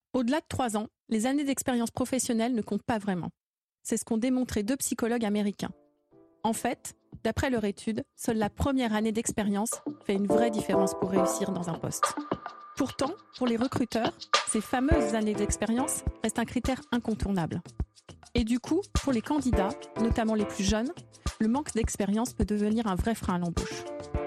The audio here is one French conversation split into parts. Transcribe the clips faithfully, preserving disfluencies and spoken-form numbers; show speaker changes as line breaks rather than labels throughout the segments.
Au-delà de trois ans, les années d'expérience professionnelle ne comptent pas vraiment. C'est ce qu'ont démontré deux psychologues américains. En fait, d'après leur étude, seule la première année d'expérience fait une vraie différence pour réussir dans un poste. Pourtant, pour les recruteurs, ces fameuses années d'expérience restent un critère incontournable. Et du coup, pour les candidats, notamment les plus jeunes, le manque d'expérience peut devenir un vrai frein à l'embauche.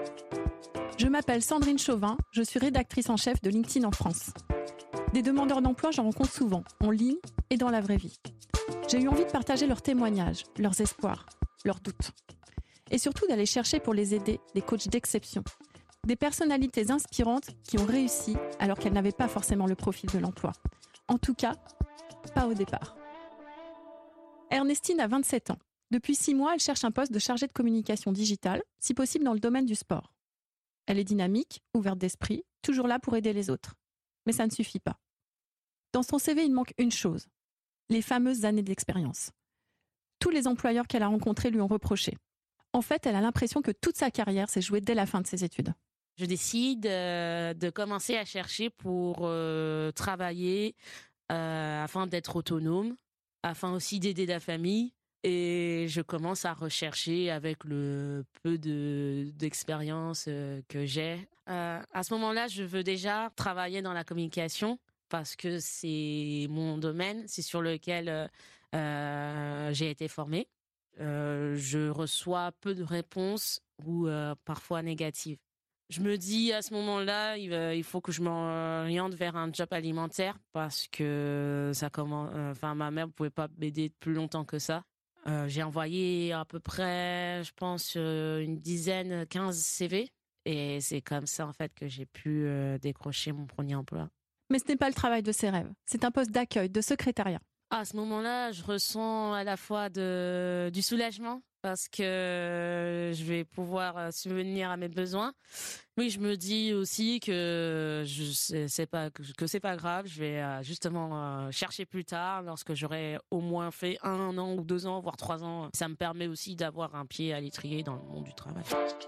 Je m'appelle Sandrine Chauvin, je suis rédactrice en chef de LinkedIn en France. Des demandeurs d'emploi, j'en rencontre souvent, en ligne et dans la vraie vie. J'ai eu envie de partager leurs témoignages, leurs espoirs, leurs doutes. Et surtout d'aller chercher pour les aider des coachs d'exception. Des personnalités inspirantes qui ont réussi alors qu'elles n'avaient pas forcément le profil de l'emploi. En tout cas, pas au départ. Ernestine a vingt-sept ans. Depuis six mois, elle cherche un poste de chargée de communication digitale, si possible dans le domaine du sport. Elle est dynamique, ouverte d'esprit, toujours là pour aider les autres. Mais ça ne suffit pas. Dans son C V, il manque une chose, les fameuses années d'expérience. Tous les employeurs qu'elle a rencontrés lui ont reproché. En fait, elle a l'impression que toute sa carrière s'est jouée dès la fin de ses études.
Je décide euh, de commencer à chercher pour euh, travailler euh, afin d'être autonome, afin aussi d'aider la famille. Et je commence à rechercher avec le peu de d'expérience euh, que j'ai. Euh, à ce moment-là, je veux déjà travailler dans la communication parce que c'est mon domaine, c'est sur lequel euh, euh, j'ai été formée. Euh, je reçois peu de réponses ou euh, parfois négatives. Je me dis à ce moment-là, il, va, il faut que je m'oriente vers un job alimentaire parce que ça commence. Enfin, ma mère ne pouvait pas m'aider plus longtemps que ça. Euh, j'ai envoyé à peu près, je pense, euh, une dizaine, quinze C V. Et c'est comme ça, en fait, que j'ai pu euh, décrocher mon premier emploi.
Mais ce n'est pas le travail de ses rêves. C'est un poste d'accueil, de secrétariat.
À ce moment-là, je ressens à la fois de, du soulagement parce que je vais pouvoir subvenir à mes besoins. Oui, je me dis aussi que je sais, c'est pas que c'est pas grave. Je vais justement chercher plus tard lorsque j'aurai au moins fait un an ou deux ans, voire trois ans. Ça me permet aussi d'avoir un pied à l'étrier dans le monde du travail.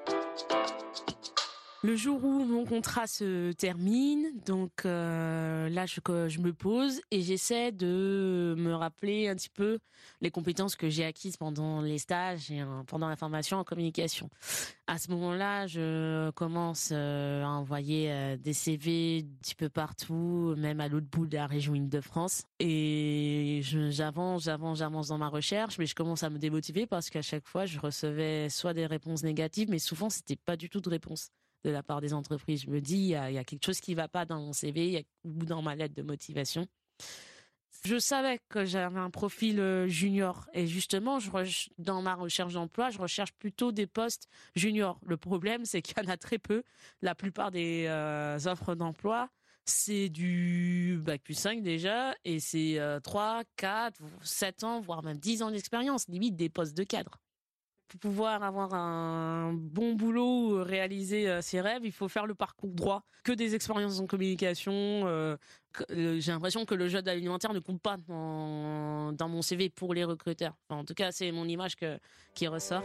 Le jour où mon contrat se termine, donc euh, là je, je me pose et j'essaie de me rappeler un petit peu les compétences que j'ai acquises pendant les stages et euh, pendant la formation en communication. À ce moment-là, je commence euh, à envoyer euh, des C V un petit peu partout, même à l'autre bout de la région Île-de-France. Et je, j'avance, j'avance, j'avance dans ma recherche, mais je commence à me démotiver parce qu'à chaque fois, je recevais soit des réponses négatives, mais souvent, c'était pas du tout de réponse de la part des entreprises. Je me dis, il y a, il y a quelque chose qui ne va pas dans mon C V, il y a, ou dans ma lettre de motivation. Je savais que j'avais un profil junior et justement, je re- dans ma recherche d'emploi, je recherche plutôt des postes juniors. Le problème, c'est qu'il y en a très peu. La plupart des euh, offres d'emploi, c'est du bac plus cinq déjà et c'est euh, trois, quatre, sept ans, voire même dix ans d'expérience, limite des postes de cadre. Pour pouvoir avoir un bon boulot, réaliser euh, ses rêves, il faut faire le parcours droit. Que des expériences en communication. Euh, que, euh, j'ai l'impression que le job alimentaire ne compte pas dans, dans mon C V pour les recruteurs. Enfin, en tout cas, c'est mon image que, qui ressort.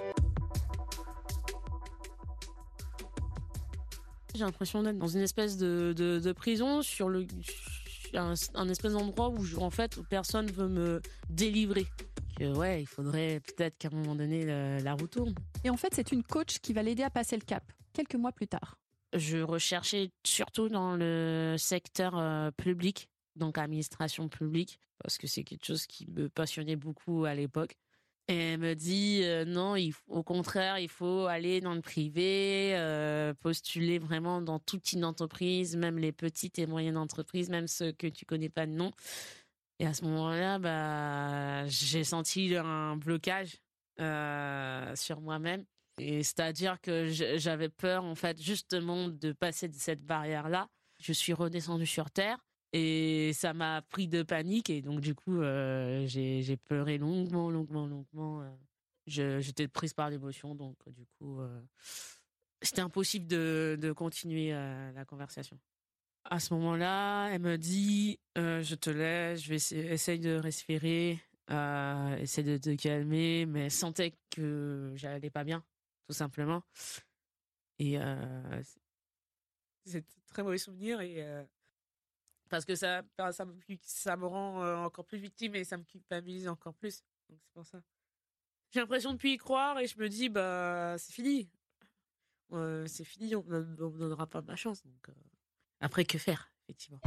J'ai l'impression d'être dans une espèce de, de, de prison sur le un, un espèce d'endroit où, je, en fait, où personne veut me délivrer. Que, ouais, il faudrait peut-être qu'à un moment donné, le, la roue tourne.
Et en fait, c'est une coach qui va l'aider à passer le cap, quelques mois plus tard.
Je recherchais surtout dans le secteur euh, public, donc administration publique, parce que c'est quelque chose qui me passionnait beaucoup à l'époque. Et elle me dit euh, non, il, au contraire, il faut aller dans le privé, euh, postuler vraiment dans toute une entreprise, même les petites et moyennes entreprises, même ceux que tu connais pas de nom. Et à ce moment-là, bah, j'ai senti un blocage euh, sur moi-même. Et c'est-à-dire que j'avais peur, en fait, justement, de passer de cette barrière-là. Je suis redescendue sur Terre et ça m'a pris de panique. Et donc, du coup, euh, j'ai, j'ai pleuré longuement, longuement, longuement. Euh, je, j'étais prise par l'émotion. Donc, du coup, euh, c'était impossible de, de continuer euh, la conversation. À ce moment-là, elle me dit euh, je te laisse, je vais essayer, essaye de respirer, euh, essaye de te calmer, mais elle sentait que j'allais pas bien, tout simplement. Et euh, c'est un très mauvais souvenir et euh, Parce que ça, ça, me, ça me rend encore plus victime et ça me culpabilise encore plus. Donc c'est pour ça. J'ai l'impression de plus y croire et je me dis, bah, c'est fini. Euh, c'est fini, on ne me donnera pas ma chance. Donc, euh... Après, que faire, effectivement.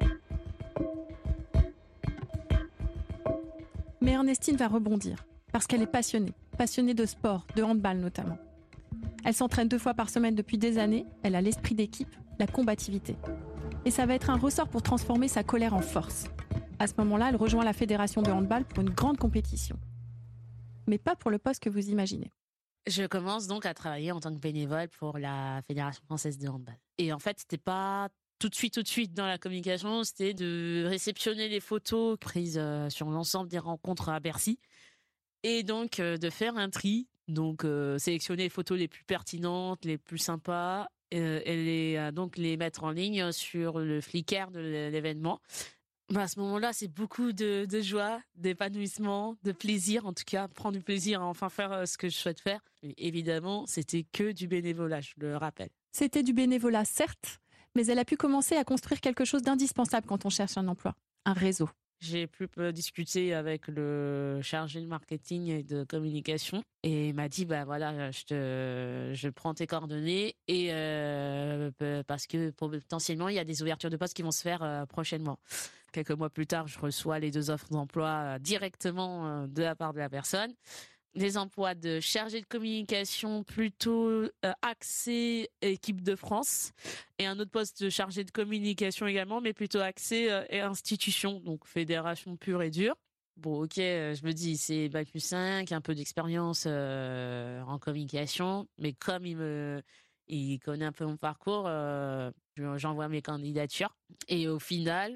Mais Ernestine va rebondir, parce qu'elle est passionnée, passionnée de sport, de handball notamment. Elle s'entraîne deux fois par semaine depuis des années, elle a l'esprit d'équipe, la combativité. Et ça va être un ressort pour transformer sa colère en force. À ce moment-là, elle rejoint la fédération de handball pour une grande compétition. Mais pas pour le poste que vous imaginez.
Je commence donc à travailler en tant que bénévole pour la Fédération française de handball. Et en fait, c'était pas tout de suite, tout de suite dans la communication, c'était de réceptionner les photos prises sur l'ensemble des rencontres à Bercy et donc de faire un tri, donc euh, sélectionner les photos les plus pertinentes, les plus sympas euh, et les, donc les mettre en ligne sur le Flickr de l'événement. Bah à ce moment-là, c'est beaucoup de, de joie, d'épanouissement, de plaisir, en tout cas, prendre du plaisir à enfin faire ce que je souhaite faire. Et évidemment, c'était que du bénévolat, je le rappelle.
C'était du bénévolat, certes, mais elle a pu commencer à construire quelque chose d'indispensable quand on cherche un emploi, un réseau.
J'ai pu discuter avec le chargé de marketing et de communication et il m'a dit bah voilà je te je prends tes coordonnées et euh, parce que potentiellement il y a des ouvertures de postes qui vont se faire euh, prochainement. Quelques mois plus tard, je reçois les deux offres d'emploi directement euh, de la part de la personne. Des emplois de chargé de communication plutôt euh, axé équipe de France et un autre poste de chargé de communication également, mais plutôt axé euh, et institution, donc fédération pure et dure. Bon, ok, euh, je me dis c'est bac plus cinq, un peu d'expérience euh, en communication, mais comme il me, il connaît un peu mon parcours, euh, j'envoie mes candidatures et au final.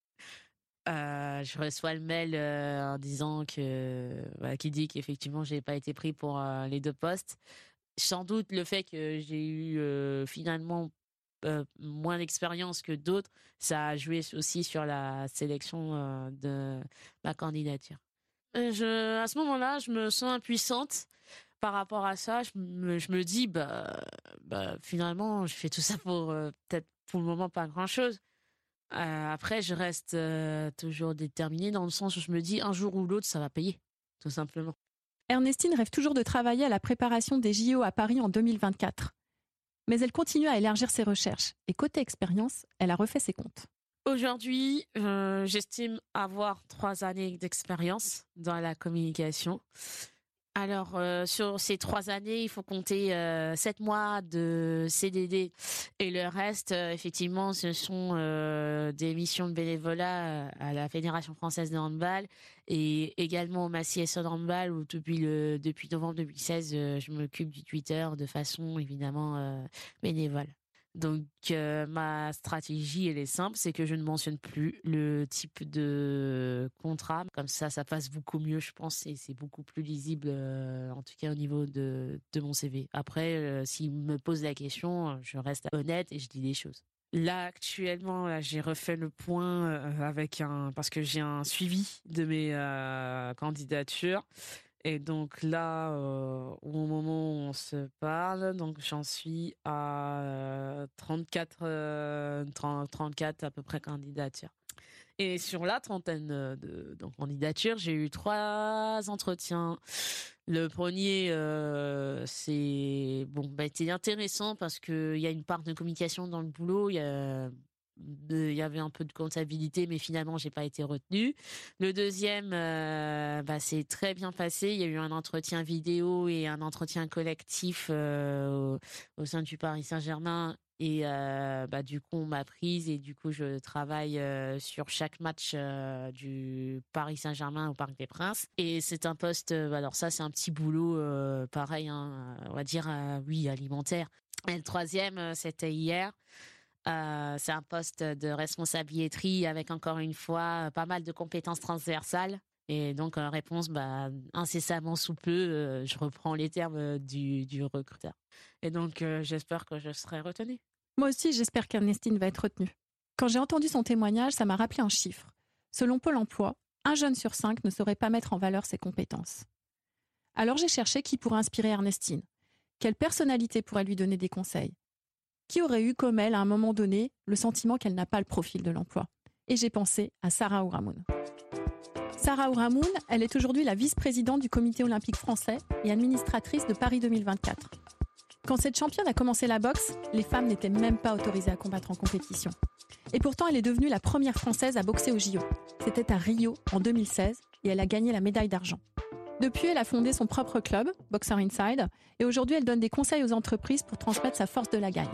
Euh, je reçois le mail euh, en disant que bah, qui dit qu'effectivement j'ai pas été pris pour euh, les deux postes. Sans doute le fait que j'ai eu euh, finalement euh, moins d'expérience que d'autres, ça a joué aussi sur la sélection euh, de ma candidature. Euh, je, à ce moment-là, je me sens impuissante par rapport à ça. Je me, je me dis bah, bah finalement je fais tout ça pour euh, peut-être pour le moment pas grand-chose. Euh, après, je reste euh, toujours déterminée dans le sens où je me dis un jour ou l'autre, ça va payer, tout simplement.
Ernestine rêve toujours de travailler à la préparation des J O à Paris en deux mille vingt-quatre. Mais elle continue à élargir ses recherches. Et côté expérience, elle a refait ses comptes.
Aujourd'hui, euh, j'estime avoir trois années d'expérience dans la communication. Alors, euh, sur ces trois années, il faut compter euh, sept mois de C D D et le reste, euh, effectivement, ce sont euh, des missions de bénévolat à la Fédération française de handball et également au Massy S O de handball où depuis, le, depuis novembre deux mille seize, euh, je m'occupe du Twitter de façon évidemment euh, bénévole. Donc, euh, ma stratégie, elle est simple, c'est que je ne mentionne plus le type de contrat. Comme ça, ça passe beaucoup mieux, je pense, et c'est beaucoup plus lisible, euh, en tout cas au niveau de, de mon C V. Après, euh, s'il me pose la question, je reste honnête et je dis les choses. Là, actuellement, là, j'ai refait le point euh, avec un... parce que j'ai un suivi de mes euh, candidatures. Et donc là, euh, au moment où on se parle, donc j'en suis à euh, trente-quatre, euh, trente, trente-quatre à peu près candidatures. Et sur la trentaine de, de candidatures, j'ai eu trois entretiens. Le premier, euh, c'est bon, bah, c'était intéressant parce que il y a une part de communication dans le boulot. Il y a il y avait un peu de comptabilité, mais finalement, j'ai pas été retenue. Le deuxième, euh, bah, c'est très bien passé. Il y a eu un entretien vidéo et un entretien collectif euh, au, au sein du Paris Saint-Germain. Et euh, bah, du coup, on m'a prise et du coup, je travaille euh, sur chaque match euh, du Paris Saint-Germain au Parc des Princes. Et c'est un poste, euh, alors ça, c'est un petit boulot, euh, pareil, hein, on va dire, euh, oui, alimentaire. Et le troisième, c'était hier. Euh, c'est un poste de responsable billetterie avec encore une fois pas mal de compétences transversales. Et donc, en réponse, bah, incessamment sous peu, euh, je reprends les termes du, du recruteur. Et donc, euh, j'espère que je serai retenue.
Moi aussi, j'espère qu'Ernestine va être retenue. Quand j'ai entendu son témoignage, ça m'a rappelé un chiffre. Selon Pôle emploi, un jeune sur cinq ne saurait pas mettre en valeur ses compétences. Alors j'ai cherché qui pourrait inspirer Ernestine. Quelle personnalité pourrait lui donner des conseils ? Qui aurait eu, comme elle, à un moment donné, le sentiment qu'elle n'a pas le profil de l'emploi ? et j'ai pensé à Sarah Ourahmoune. Sarah Ourahmoune, elle est aujourd'hui la vice-présidente du Comité olympique français et administratrice de Paris deux mille vingt-quatre. Quand cette championne a commencé la boxe, les femmes n'étaient même pas autorisées à combattre en compétition. Et pourtant, elle est devenue la première Française à boxer aux J O. C'était à Rio en deux mille seize et elle a gagné la médaille d'argent. Depuis, elle a fondé son propre club, Boxer Inside, et aujourd'hui, elle donne des conseils aux entreprises pour transmettre sa force de la gagne.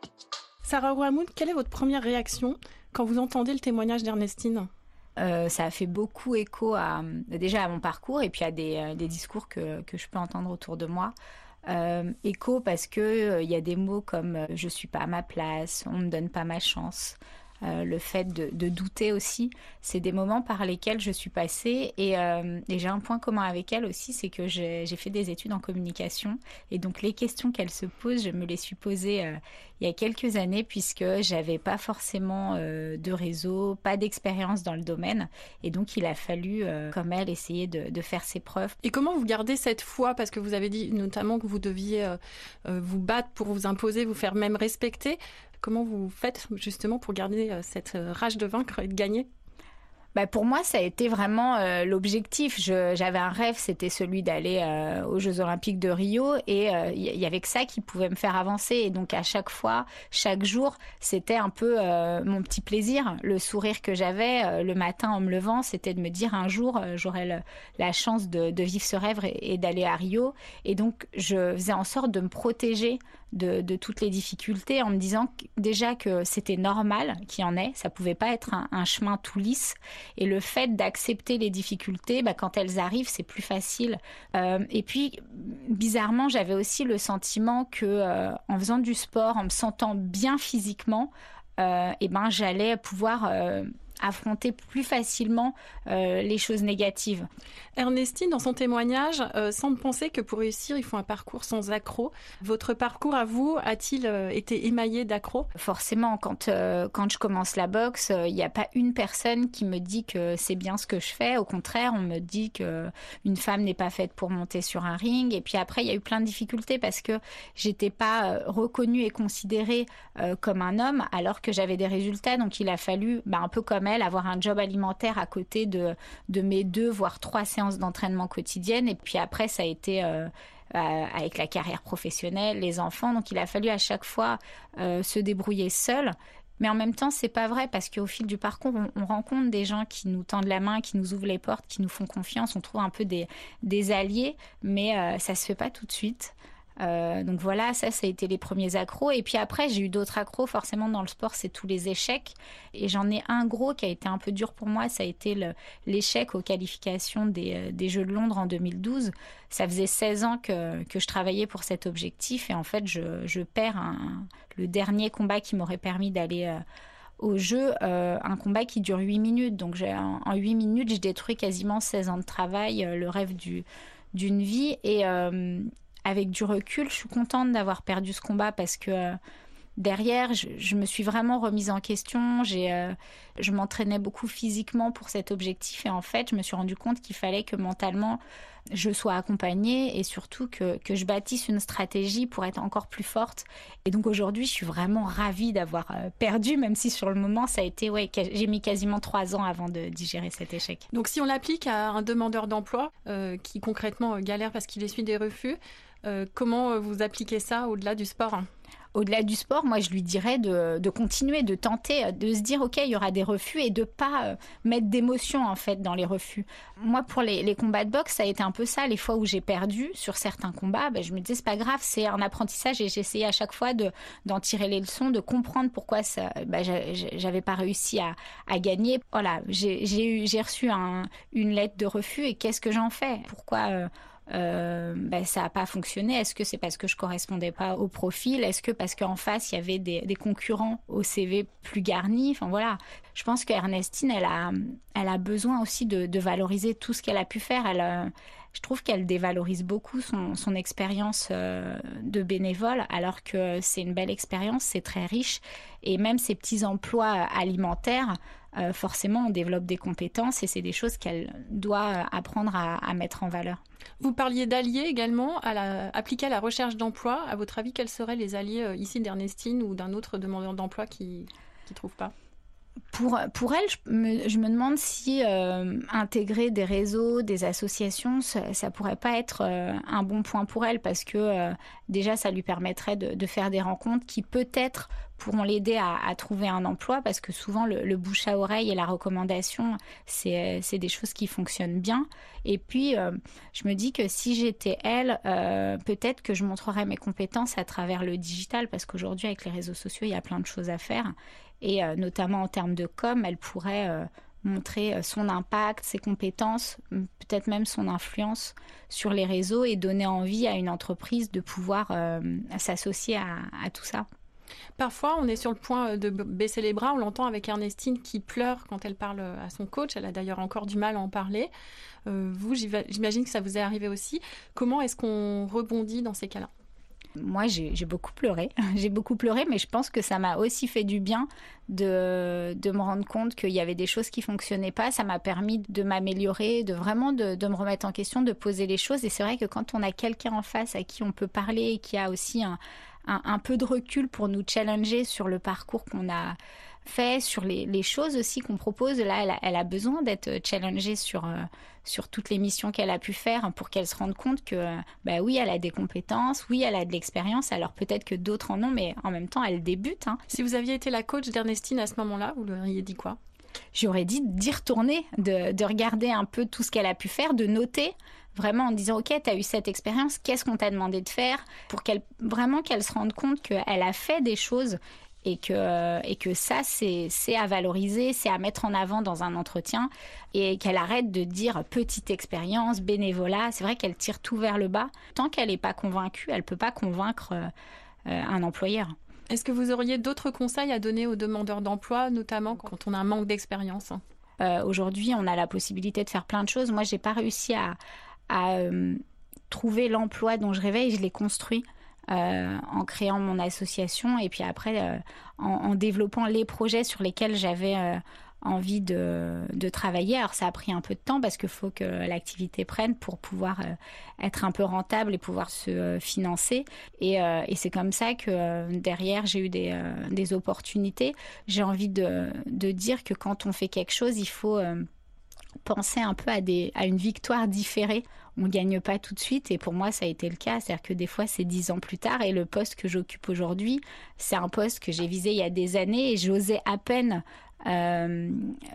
Sarah Ourahmoune, quelle est votre première réaction quand vous entendez le témoignage d'Ernestine ?
Euh, ça a fait beaucoup écho à, déjà à mon parcours et puis à des, euh, des discours que, que je peux entendre autour de moi. Euh, écho parce qu'il euh, y a des mots comme euh, « je ne suis pas à ma place »,« on ne me donne pas ma chance ». Euh, le fait de, de douter aussi, c'est des moments par lesquels je suis passée et, euh, et j'ai un point commun avec elle aussi, c'est que j'ai, j'ai fait des études en communication et donc les questions qu'elle se pose, je me les suis posées euh, il y a quelques années puisque j'avais pas forcément euh, de réseau, pas d'expérience dans le domaine et donc il a fallu, euh, comme elle, essayer de, de faire ses preuves.
Et comment vous gardez cette foi, parce que vous avez dit notamment que vous deviez euh, euh, vous battre pour vous imposer, vous faire même respecter. Comment vous faites justement pour garder cette rage de vaincre et de gagner ?
Bah pour moi, ça a été vraiment euh, l'objectif. Je, j'avais un rêve, c'était celui d'aller euh, aux Jeux Olympiques de Rio et il euh, y, y avait que ça qui pouvait me faire avancer. Et donc à chaque fois, chaque jour, c'était un peu euh, mon petit plaisir. Le sourire que j'avais euh, le matin en me levant, c'était de me dire un jour, euh, j'aurai le, la chance de, de vivre ce rêve et, et d'aller à Rio. Et donc, je faisais en sorte de me protéger De, de toutes les difficultés en me disant que, déjà que c'était normal qu'il y en ait, ça pouvait pas être un, un chemin tout lisse et le fait d'accepter les difficultés, bah, quand elles arrivent c'est plus facile euh, et puis bizarrement j'avais aussi le sentiment que euh, en faisant du sport, en me sentant bien physiquement euh, et ben j'allais pouvoir euh, affronter plus facilement euh, les choses négatives.
Ernestine, dans son témoignage, euh, semble penser que pour réussir, il faut un parcours sans accroc. Votre parcours à vous a-t-il euh, été émaillé d'accrocs ?
Forcément, quand, euh, quand je commence la boxe, il euh, n'y a pas une personne qui me dit que c'est bien ce que je fais. Au contraire, on me dit qu'une femme n'est pas faite pour monter sur un ring. Et puis après, il y a eu plein de difficultés parce que j'étais pas euh, reconnue et considérée euh, comme un homme alors que j'avais des résultats. Donc il a fallu, bah, un peu comme elle, avoir un job alimentaire à côté de, de mes deux, voire trois séances d'entraînement quotidiennes. Et puis après, ça a été euh, euh, avec la carrière professionnelle, les enfants. Donc il a fallu à chaque fois euh, se débrouiller seul. Mais en même temps, c'est pas vrai parce qu'au fil du parcours, on, on rencontre des gens qui nous tendent la main, qui nous ouvrent les portes, qui nous font confiance. On trouve un peu des, des alliés, mais euh, ça se fait pas tout de suite. Euh, donc voilà, ça, ça a été les premiers accros. Et puis après, j'ai eu d'autres accros. Forcément, dans le sport, c'est tous les échecs. Et j'en ai un gros qui a été un peu dur pour moi. Ça a été le, l'échec aux qualifications des, des Jeux de Londres en deux mille douze. Ça faisait seize ans que, que je travaillais pour cet objectif. Et en fait, je, je perds un, le dernier combat qui m'aurait permis d'aller euh, au jeu, euh, un combat qui dure huit minutes. Donc j'ai, en, en huit minutes, j'ai détruit quasiment seize ans de travail, euh, le rêve du, d'une vie. Et... Euh, avec du recul, je suis contente d'avoir perdu ce combat parce que euh, derrière, je, je me suis vraiment remise en question. J'ai, euh, je m'entraînais beaucoup physiquement pour cet objectif et en fait, je me suis rendu compte qu'il fallait que mentalement, je sois accompagnée et surtout que, que je bâtisse une stratégie pour être encore plus forte. Et donc aujourd'hui, je suis vraiment ravie d'avoir euh, perdu, même si sur le moment, ça a été, ouais, j'ai mis quasiment trois ans avant de digérer cet échec.
Donc si on l'applique à un demandeur d'emploi euh, qui concrètement euh, galère parce qu'il essuie des refus, euh, comment vous appliquez ça au-delà du sport ?
Au-delà du sport, moi, je lui dirais de, de continuer, de tenter, de se dire, OK, il y aura des refus et de pas euh, mettre d'émotion, en fait, dans les refus. Moi, pour les, les combats de boxe, ça a été un peu ça. Les fois où j'ai perdu sur certains combats, ben, je me disais, c'est pas grave, c'est un apprentissage et j'essayais à chaque fois de, d'en tirer les leçons, de comprendre pourquoi ça, ben, j'avais pas réussi à, à gagner. Voilà, j'ai, j'ai, eu, j'ai reçu un, une lettre de refus et qu'est-ce que j'en fais ? Pourquoi euh, Euh, ben, ça n'a pas fonctionné. Est-ce que c'est parce que je correspondais pas au profil ? Est-ce que parce qu'en face il y avait des, des concurrents au C V plus garnis ? Enfin voilà, je pense qu'Ernestine elle a, elle a besoin aussi de, de valoriser tout ce qu'elle a pu faire. Elle, euh, je trouve qu'elle dévalorise beaucoup son, son expérience euh, de bénévole, alors que c'est une belle expérience, c'est très riche. Et même ces petits emplois alimentaires, euh, forcément, on développe des compétences et c'est des choses qu'elle doit apprendre à, à mettre en valeur.
Vous parliez d'alliés également, à la, appliqués à la recherche d'emploi. À votre avis, quels seraient les alliés euh, ici d'Ernestine ou d'un autre demandeur d'emploi qui ne trouve pas ?
Pour, pour elle, je me, je me demande si euh, intégrer des réseaux, des associations, ça, ça pourrait pas être euh, un bon point pour elle parce que euh, déjà, ça lui permettrait de, de faire des rencontres qui peut-être pourront l'aider à, à trouver un emploi parce que souvent, le, le bouche à oreille et la recommandation, c'est, c'est des choses qui fonctionnent bien. Et puis, euh, je me dis que si j'étais elle, euh, peut-être que je montrerais mes compétences à travers le digital parce qu'aujourd'hui, avec les réseaux sociaux, il y a plein de choses à faire. Et euh, notamment en termes de com, elle pourrait euh, montrer son impact, ses compétences, peut-être même son influence sur les réseaux et donner envie à une entreprise de pouvoir euh, s'associer à, à tout ça.
Parfois, on est sur le point de baisser les bras. On l'entend avec Ernestine qui pleure quand elle parle à son coach. Elle a d'ailleurs encore du mal à en parler. Euh, vous, j'imagine que ça vous est arrivé aussi. Comment est-ce qu'on rebondit dans ces cas-là ?
Moi, j'ai, j'ai beaucoup pleuré. J'ai beaucoup pleuré, mais je pense que ça m'a aussi fait du bien de, de me rendre compte qu'il y avait des choses qui fonctionnaient pas. Ça m'a permis de m'améliorer, de vraiment de, de me remettre en question, de poser les choses. Et c'est vrai que quand on a quelqu'un en face à qui on peut parler et qui a aussi un, un, un peu de recul pour nous challenger sur le parcours qu'on a fait, sur les, les choses aussi qu'on propose, là, elle a, elle a besoin d'être challengée sur... Euh, sur toutes les missions qu'elle a pu faire pour qu'elle se rende compte que, bah oui, elle a des compétences, oui, elle a de l'expérience, alors peut-être que d'autres en ont, mais en même temps, elle débute. Hein.
Si vous aviez été la coach d'Ernestine à ce moment-là, vous lui auriez dit quoi ?
J'aurais dit d'y retourner, de, de regarder un peu tout ce qu'elle a pu faire, de noter, vraiment en disant, OK, tu as eu cette expérience, qu'est-ce qu'on t'a demandé de faire ? Pour qu'elle, vraiment qu'elle se rende compte qu'elle a fait des choses et que, et que ça, c'est, c'est à valoriser, c'est à mettre en avant dans un entretien et qu'elle arrête de dire petite expérience, bénévolat. C'est vrai qu'elle tire tout vers le bas. Tant qu'elle n'est pas convaincue, elle ne peut pas convaincre euh, un employeur.
Est-ce que vous auriez d'autres conseils à donner aux demandeurs d'emploi, notamment quand on a un manque d'expérience ?
euh, Aujourd'hui, on a la possibilité de faire plein de choses. Moi, je n'ai pas réussi à, à euh, trouver l'emploi dont je rêvais et je l'ai construit. Euh, en créant mon association et puis après euh, en, en développant les projets sur lesquels j'avais euh, envie de, de travailler. Alors ça a pris un peu de temps parce qu'il faut que l'activité prenne pour pouvoir euh, être un peu rentable et pouvoir se euh, financer et, euh, et c'est comme ça que euh, derrière j'ai eu des, euh, des opportunités. J'ai envie de, de dire que quand on fait quelque chose, il faut euh, penser un peu à, des, à une victoire différée. On ne gagne pas tout de suite et pour moi ça a été le cas, c'est-à-dire que des fois c'est dix ans plus tard et le poste que j'occupe aujourd'hui, c'est un poste que j'ai visé il y a des années et j'osais à peine euh,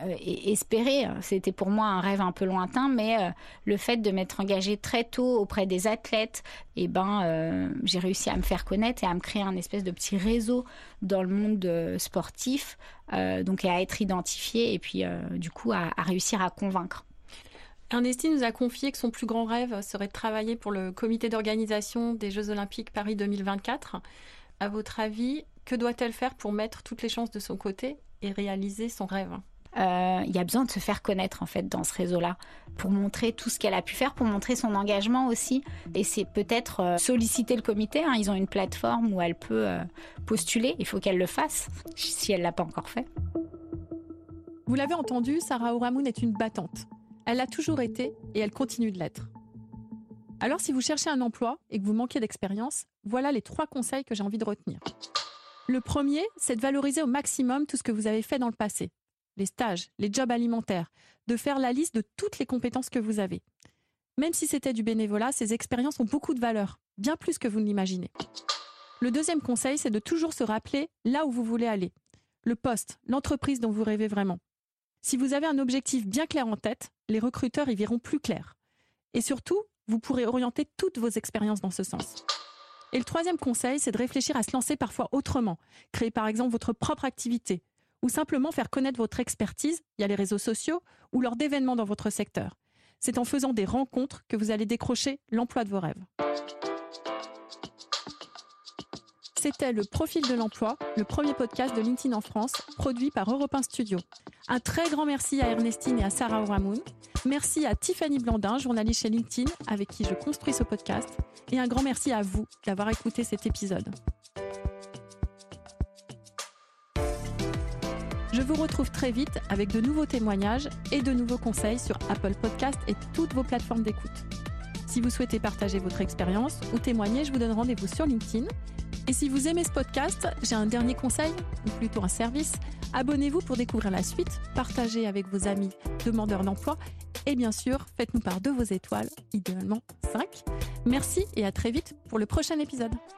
espérer. C'était pour moi un rêve un peu lointain, mais euh, le fait de m'être engagée très tôt auprès des athlètes, eh ben, euh, j'ai réussi à me faire connaître et à me créer un espèce de petit réseau dans le monde sportif, euh, donc à être identifiée et puis euh, du coup à, à réussir à convaincre.
Ernestine nous a confié que son plus grand rêve serait de travailler pour le comité d'organisation des Jeux Olympiques Paris deux mille vingt-quatre. À votre avis, que doit-elle faire pour mettre toutes les chances de son côté et réaliser son rêve ?
Euh, il y a besoin de se faire connaître en fait dans ce réseau-là pour montrer tout ce qu'elle a pu faire, pour montrer son engagement aussi. Et c'est peut-être euh, solliciter le comité. Hein. Ils ont une plateforme où elle peut euh, postuler. Il faut qu'elle le fasse si elle ne l'a pas encore fait.
Vous l'avez entendu, Sarah Ourahmoune est une battante. Elle l'a toujours été et elle continue de l'être. Alors si vous cherchez un emploi et que vous manquez d'expérience, voilà les trois conseils que j'ai envie de retenir. Le premier, c'est de valoriser au maximum tout ce que vous avez fait dans le passé. Les stages, les jobs alimentaires, de faire la liste de toutes les compétences que vous avez. Même si c'était du bénévolat, ces expériences ont beaucoup de valeur, bien plus que vous ne l'imaginez. Le deuxième conseil, c'est de toujours se rappeler là où vous voulez aller. Le poste, l'entreprise dont vous rêvez vraiment. Si vous avez un objectif bien clair en tête, les recruteurs y verront plus clair. Et surtout, vous pourrez orienter toutes vos expériences dans ce sens. Et le troisième conseil, c'est de réfléchir à se lancer parfois autrement. Créer par exemple votre propre activité ou simplement faire connaître votre expertise via les réseaux sociaux ou lors d'événements dans votre secteur. C'est en faisant des rencontres que vous allez décrocher l'emploi de vos rêves. C'était le Profil de l'emploi, le premier podcast de LinkedIn en France, produit par Europe un Studio. Un très grand merci à Ernestine et à Sarah Ourahmoune. Merci à Tiffany Blandin, journaliste chez LinkedIn, avec qui je construis ce podcast. Et un grand merci à vous d'avoir écouté cet épisode. Je vous retrouve très vite avec de nouveaux témoignages et de nouveaux conseils sur Apple Podcasts et toutes vos plateformes d'écoute. Si vous souhaitez partager votre expérience ou témoigner, je vous donne rendez-vous sur LinkedIn. Et si vous aimez ce podcast, j'ai un dernier conseil, ou plutôt un service. Abonnez-vous pour découvrir la suite, partagez avec vos amis demandeurs d'emploi et bien sûr, faites-nous part de vos étoiles, idéalement cinq. Merci et à très vite pour le prochain épisode.